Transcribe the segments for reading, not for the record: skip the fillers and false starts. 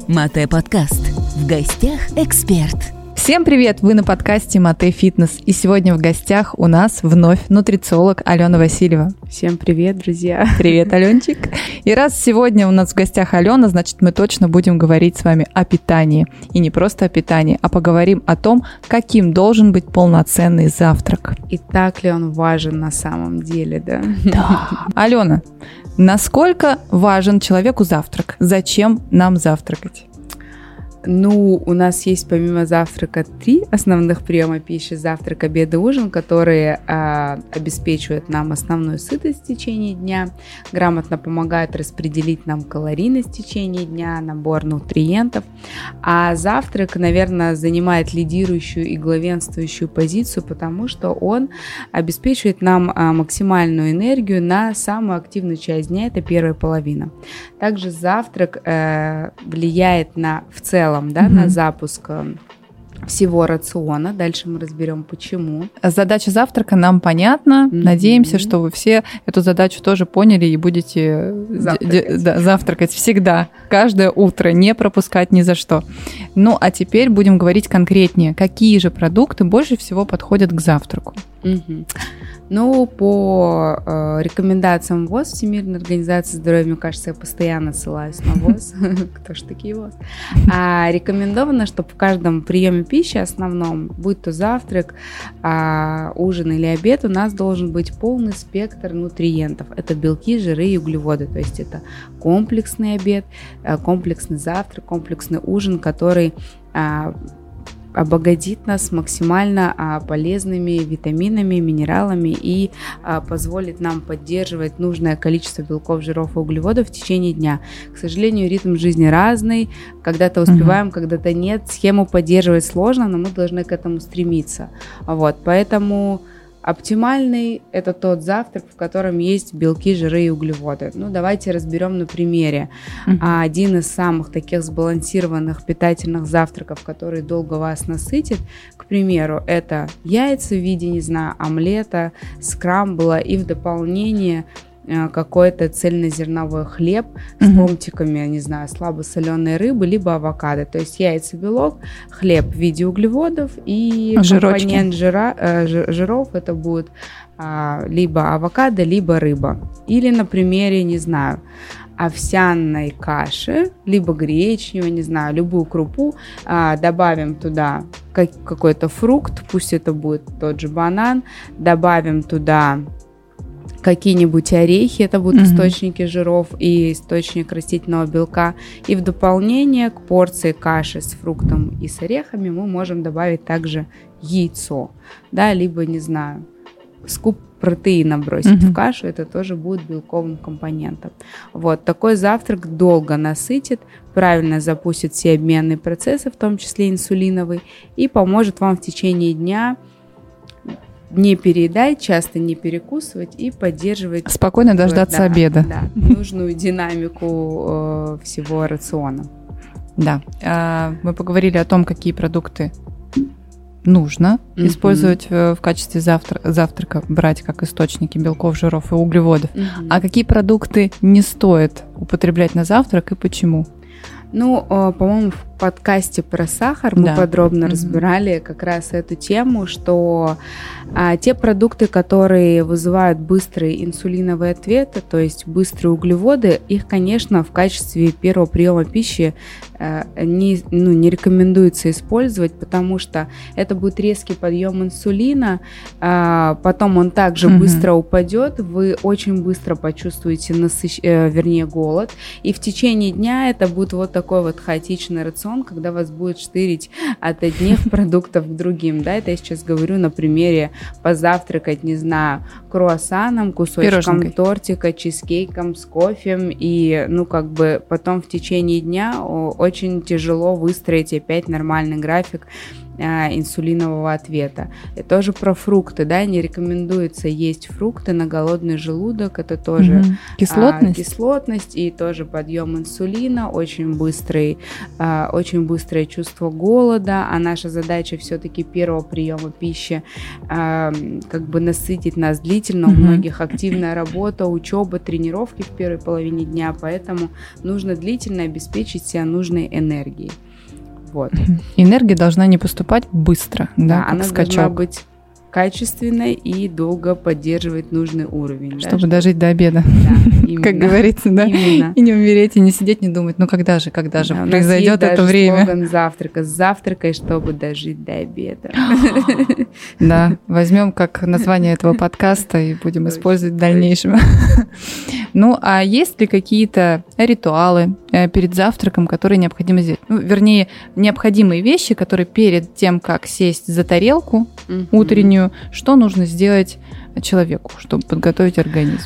Мате подкаст. В гостях эксперт. Всем привет! Вы на подкасте Мате Фитнес. И сегодня в гостях у нас вновь нутрициолог Алена Васильева. Всем привет, друзья! Привет, Аленчик! И раз сегодня у нас в гостях Алена, значит, мы точно будем говорить с вами о питании. И не просто о питании, а поговорим о том, каким должен быть полноценный завтрак. И так ли он важен на самом деле, да? Да. Алена, насколько важен человеку завтрак? Зачем нам завтракать? Ну, у нас есть помимо завтрака 3 основных приема пищи: завтрак, обед и ужин, которые обеспечивают нам основную сытость в течение дня, грамотно помогают распределить нам калорийность в течение дня, набор нутриентов. А завтрак, наверное, занимает лидирующую и главенствующую позицию, потому что он обеспечивает нам максимальную энергию на самую активную часть дня, это первая половина. Также завтрак влияет в целом, на запуск всего рациона. Дальше мы разберем, почему. Задача завтрака нам понятна. Надеемся, что вы все эту задачу тоже поняли и будете завтракать всегда, каждое утро, не пропускать ни за что. Ну, а теперь будем говорить конкретнее. Какие же продукты больше всего подходят к завтраку? Ну, по рекомендациям ВОЗ, Всемирной организации здоровья, мне кажется, я постоянно ссылаюсь на ВОЗ. Кто ж такие ВОЗ? Рекомендовано, чтобы в каждом приеме пищи основном, будь то завтрак, ужин или обед, у нас должен быть полный спектр нутриентов. Это белки, жиры и углеводы. То есть это комплексный обед, комплексный завтрак, комплексный ужин, который обогатит нас максимально полезными витаминами, минералами и позволит нам поддерживать нужное количество белков, жиров и углеводов в течение дня. К сожалению, ритм жизни разный, когда-то успеваем, когда-то нет, схему поддерживать сложно, но мы должны к этому стремиться. Поэтому оптимальный – это тот завтрак, в котором есть белки, жиры и углеводы. Ну, давайте разберем на примере. Один из самых таких сбалансированных питательных завтраков, который долго вас насытит, к примеру, это яйца в виде, омлета, скрамбла и в дополнение какой-то цельнозерновой хлеб с ломтиками, слабосоленой рыбы, либо авокадо. То есть яйца, белок, хлеб в виде углеводов и компонент жиров это будет либо авокадо, либо рыба. Или на примере, овсяной каши, либо гречневой, любую крупу, добавим туда какой-то фрукт, пусть это будет тот же банан, добавим туда какие-нибудь орехи, это будут источники жиров и источник растительного белка. И в дополнение к порции каши с фруктом и с орехами мы можем добавить также яйцо, либо, скуп протеина бросить в кашу, это тоже будет белковым компонентом. Такой завтрак долго насытит, правильно запустит все обменные процессы, в том числе инсулиновый, и поможет вам в течение дня не переедать, часто не перекусывать и поддерживать спокойно дождаться обеда. Нужную динамику всего рациона. Да, мы поговорили о том, какие продукты нужно использовать в качестве завтрака, брать как источники белков, жиров и углеводов. А какие продукты не стоит употреблять на завтрак и почему? По-моему, в подкасте про сахар мы подробно разбирали как раз эту тему, что те продукты, которые вызывают быстрые инсулиновые ответы, то есть быстрые углеводы, их, конечно, в качестве первого приема пищи не рекомендуется использовать, потому что это будет резкий подъем инсулина, потом он также быстро упадет, вы очень быстро почувствуете голод, и в течение дня это будет такой хаотичный рацион, когда вас будет штырить от одних продуктов к другим. Это я сейчас говорю на примере позавтракать, круассаном, кусочком тортика, чизкейком с кофе, и, потом в течение дня очень тяжело выстроить опять нормальный график инсулинового ответа. И тоже про фрукты, да, не рекомендуется есть фрукты на голодный желудок, это тоже кислотность и тоже подъем инсулина, очень быстрое чувство голода, а наша задача все-таки первого приема пищи как бы насытить нас длительно, у многих активная работа, учеба, тренировки в первой половине дня, поэтому нужно длительно обеспечить себя нужной энергией. Вот. Энергия должна не поступать быстро, да, она должна быть качественной и долго поддерживать нужный уровень. Чтобы дожить до обеда, как говорится, да, и не умереть, и не сидеть, не думать, ну когда же произойдет это время. Слоган завтрака: завтракай, чтобы дожить до обеда. Да, возьмем как название этого подкаста и будем использовать в дальнейшем. Ну, а есть ли какие-то ритуалы перед завтраком, которые необходимо сделать? Ну, вернее, необходимые вещи, которые перед тем, как сесть за тарелку утреннюю, что нужно сделать человеку, чтобы подготовить организм?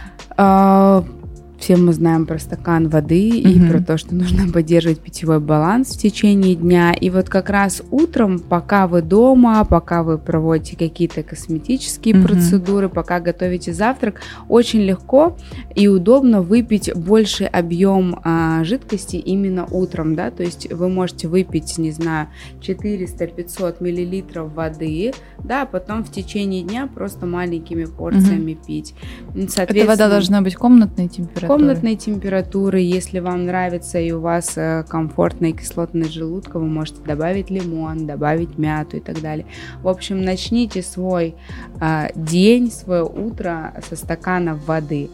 Все мы знаем про стакан воды и про то, что нужно поддерживать питьевой баланс в течение дня. И вот как раз утром, пока вы дома, пока вы проводите какие-то косметические процедуры, пока готовите завтрак, очень легко и удобно выпить больший объем жидкости именно утром, да, то есть вы можете выпить, не знаю, 400-500 миллилитров воды, да, а потом в течение дня просто маленькими порциями пить. Эта вода должна быть комнатной температуры? Комнатной температуры. Если вам нравится и у вас комфортная кислотность желудка, вы можете добавить лимон, добавить мяту и так далее. В общем, начните свой день, свое утро со стакана воды.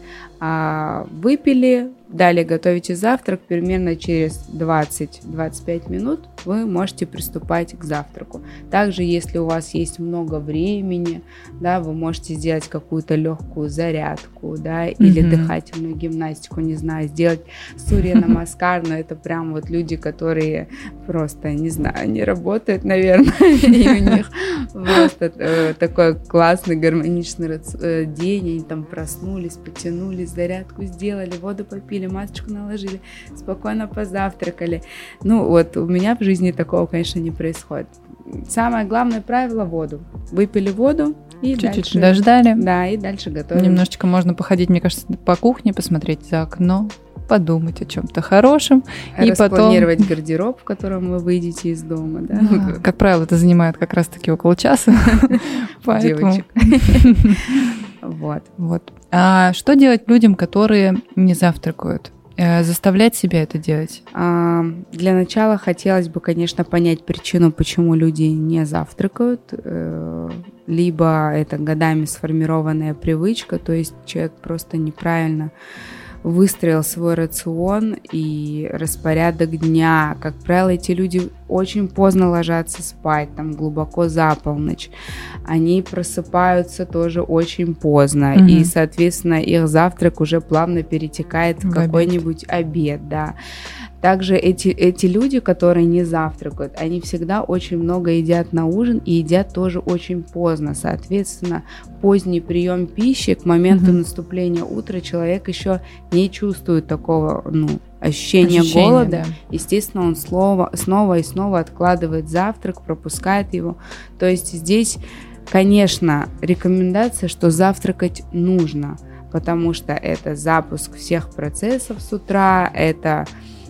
Выпили, далее готовите завтрак, примерно через 20-25 минут вы можете приступать к завтраку. Также, если у вас есть много времени, да, вы можете сделать какую-то легкую зарядку, да, или дыхательную гимнастику, не знаю, сделать сурья-намаскар, но это прям вот люди, которые просто, не знаю, не работают, наверное, и у них просто такой классный гармоничный день, они там проснулись, потянулись, зарядку сделали, воду попили, масочку наложили, спокойно позавтракали. Ну вот у меня в жизни такого, конечно, не происходит. Самое главное правило — воду. Выпили воду и чуть-чуть дальше дождали. Да, и дальше готовим. Немножечко можно походить, мне кажется, по кухне, посмотреть за окно, подумать о чем-то хорошем. И распланировать потом гардероб, в котором вы выйдете из дома. Да? Как правило, это занимает как раз-таки около часа. Девочек. Вот. А что делать людям, которые не завтракают? Заставлять себя это делать? Для начала хотелось бы, конечно, понять причину, почему люди не завтракают. Либо это годами сформированная привычка, то есть человек просто неправильно выстроил свой рацион и распорядок дня. Как правило, эти люди очень поздно ложатся спать, там глубоко за полночь. Они просыпаются тоже очень поздно, и, соответственно, их завтрак уже плавно перетекает в какой-нибудь обед, да. Также эти люди, которые не завтракают, они всегда очень много едят на ужин и едят тоже очень поздно. Соответственно, поздний прием пищи к моменту наступления утра человек еще не чувствует такого, ощущения голода. Да. Естественно, он снова и снова откладывает завтрак, пропускает его. То есть здесь, конечно, рекомендация, что завтракать нужно, потому что это запуск всех процессов с утра, это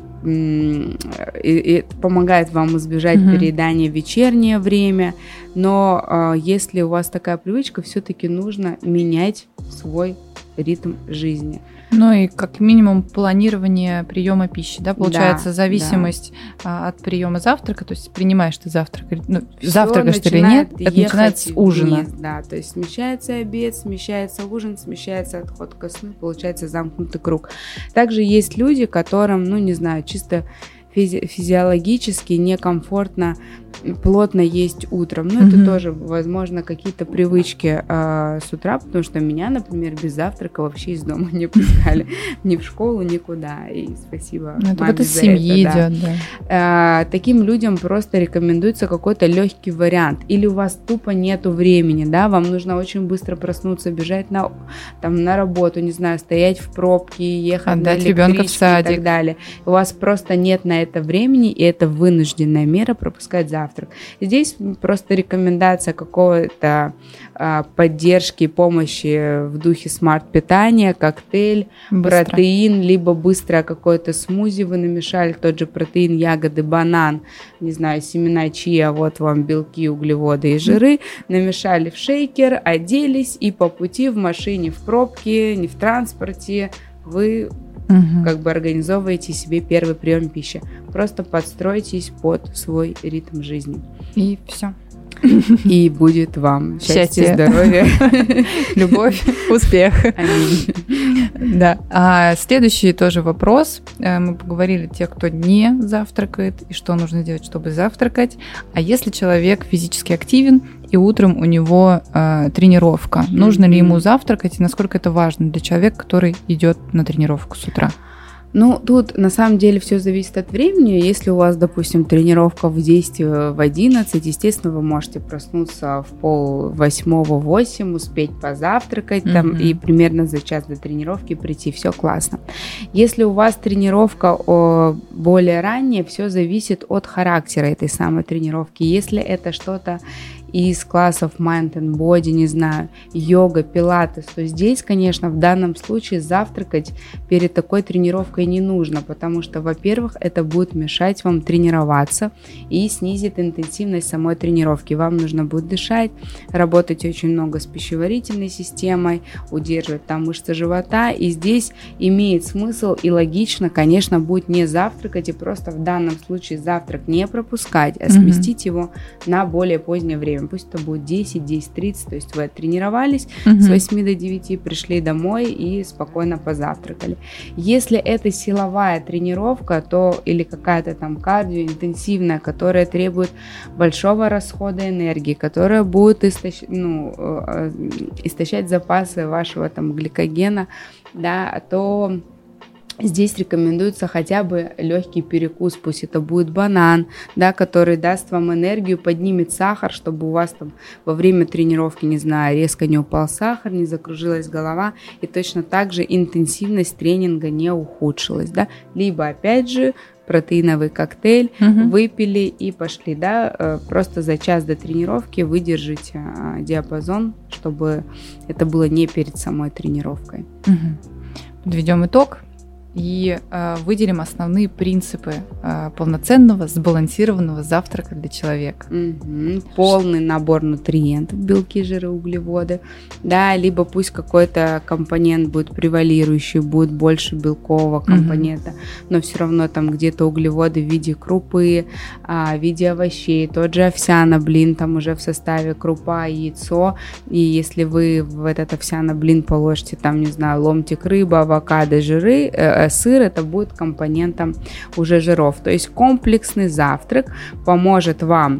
помогает вам избежать переедания в вечернее время, но если у вас такая привычка, все-таки нужно менять свой ритм жизни. Ну и как минимум планирование приема пищи, да, получается, зависимость от приема завтрака, то есть принимаешь ты завтрак, завтракаешь ты или нет, это начинается с ужина. Вниз, да, то есть смещается обед, смещается ужин, смещается отход ко сну, получается замкнутый круг. Также есть люди, которым, чисто физиологически некомфортно плотно есть утром. Это тоже, возможно, какие-то привычки с утра, потому что меня, например, без завтрака вообще из дома не пускали ни в школу, никуда. И спасибо маме вот из семьи это, идет, да. Таким людям просто рекомендуется какой-то легкий вариант. Или у вас тупо нету времени, да, вам нужно очень быстро проснуться, бежать на работу, не знаю, стоять в пробке, ехать на электричке и так далее. У вас просто нет на это времени, и это вынужденная мера пропускать завтрак. Здесь просто рекомендация какого-то поддержки, помощи в духе смарт-питания, коктейль, протеин, либо быстрое какое-то смузи вы намешали, тот же протеин, ягоды, банан, не знаю, семена чиа, вот вам белки, углеводы и жиры, намешали в шейкер, оделись, и по пути в машине, в пробке, не в транспорте вы как бы организовываете себе первый прием пищи. Просто подстройтесь под свой ритм жизни. И все. И будет вам счастье, здоровье, любовь, успех. Аминь. Да. А следующий тоже вопрос. Мы поговорили те, кто не завтракает, и что нужно делать, чтобы завтракать. А если человек физически активен, и утром у него тренировка, нужно ли ему завтракать, и насколько это важно для человека, который идет на тренировку с утра? Ну, тут на самом деле все зависит от времени. Если у вас, допустим, тренировка в 10, в 11, естественно, вы можете проснуться в 7:30, 8, успеть позавтракать там, и примерно за час до тренировки прийти. Все классно. Если у вас тренировка более ранняя, все зависит от характера этой самой тренировки. Если это что-то из классов Mind and Body, не знаю, йога, пилатес, то здесь, конечно, в данном случае завтракать перед такой тренировкой не нужно, потому что, во-первых, это будет мешать вам тренироваться и снизит интенсивность самой тренировки. Вам нужно будет дышать, работать очень много с пищеварительной системой, удерживать там мышцы живота, и здесь имеет смысл и логично, конечно, будет не завтракать и просто в данном случае завтрак не пропускать, а сместить его на более позднее время. Пусть это будет 10, 10:30, то есть вы оттренировались с 8 до 9, пришли домой и спокойно позавтракали. Если это силовая тренировка, то или какая-то там кардио интенсивная, которая требует большого расхода энергии, которая будет истощать запасы вашего там гликогена, да, то здесь рекомендуется хотя бы легкий перекус, пусть это будет банан, да, который даст вам энергию, поднимет сахар, чтобы у вас там во время тренировки, не знаю, резко не упал сахар, не закружилась голова, и точно так же интенсивность тренинга не ухудшилась, да, либо опять же протеиновый коктейль выпили и пошли, да, просто за час до тренировки выдержите диапазон, чтобы это было не перед самой тренировкой. Подведем итог и выделим основные принципы полноценного, сбалансированного завтрака для человека. Полный набор нутриентов, белки, жиры, углеводы, да, либо пусть какой-то компонент будет превалирующий, будет больше белкового компонента, но все равно там где-то углеводы в виде крупы, в виде овощей, тот же овсяно-блин, там уже в составе крупа, яйцо, и если вы в этот овсяно-блин положите там, не знаю, ломтик рыбы, авокадо, жиры, сыр, это будет компонентом уже жиров. То есть комплексный завтрак поможет вам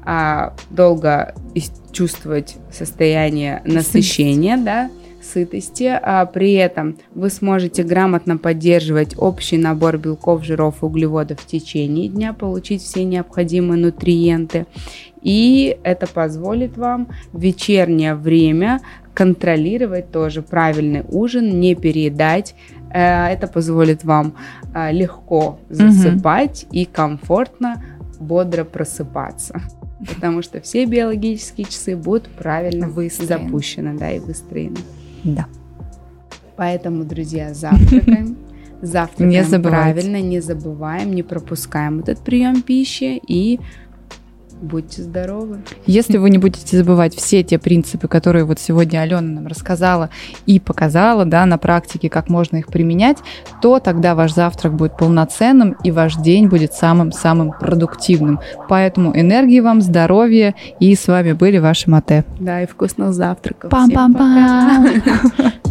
долго чувствовать состояние насыщения, да, сытости, а при этом вы сможете грамотно поддерживать общий набор белков, жиров и углеводов в течение дня, получить все необходимые нутриенты. И это позволит вам в вечернее время контролировать тоже правильный ужин, не переедать. Это позволит вам легко засыпать и комфортно, бодро просыпаться. Потому что все биологические часы будут правильно запущены, да, и выстроены. Да. Поэтому, друзья, завтракаем. Завтракаем правильно, не забываем, не пропускаем этот прием пищи и будьте здоровы. Если вы не будете забывать все те принципы, которые вот сегодня Алена нам рассказала и показала, да, на практике, как можно их применять, то тогда ваш завтрак будет полноценным и ваш день будет самым-самым продуктивным. Поэтому энергии вам, здоровья, и с вами были ваши Мате. Да, и вкусных завтраков. Пам-пам-пам!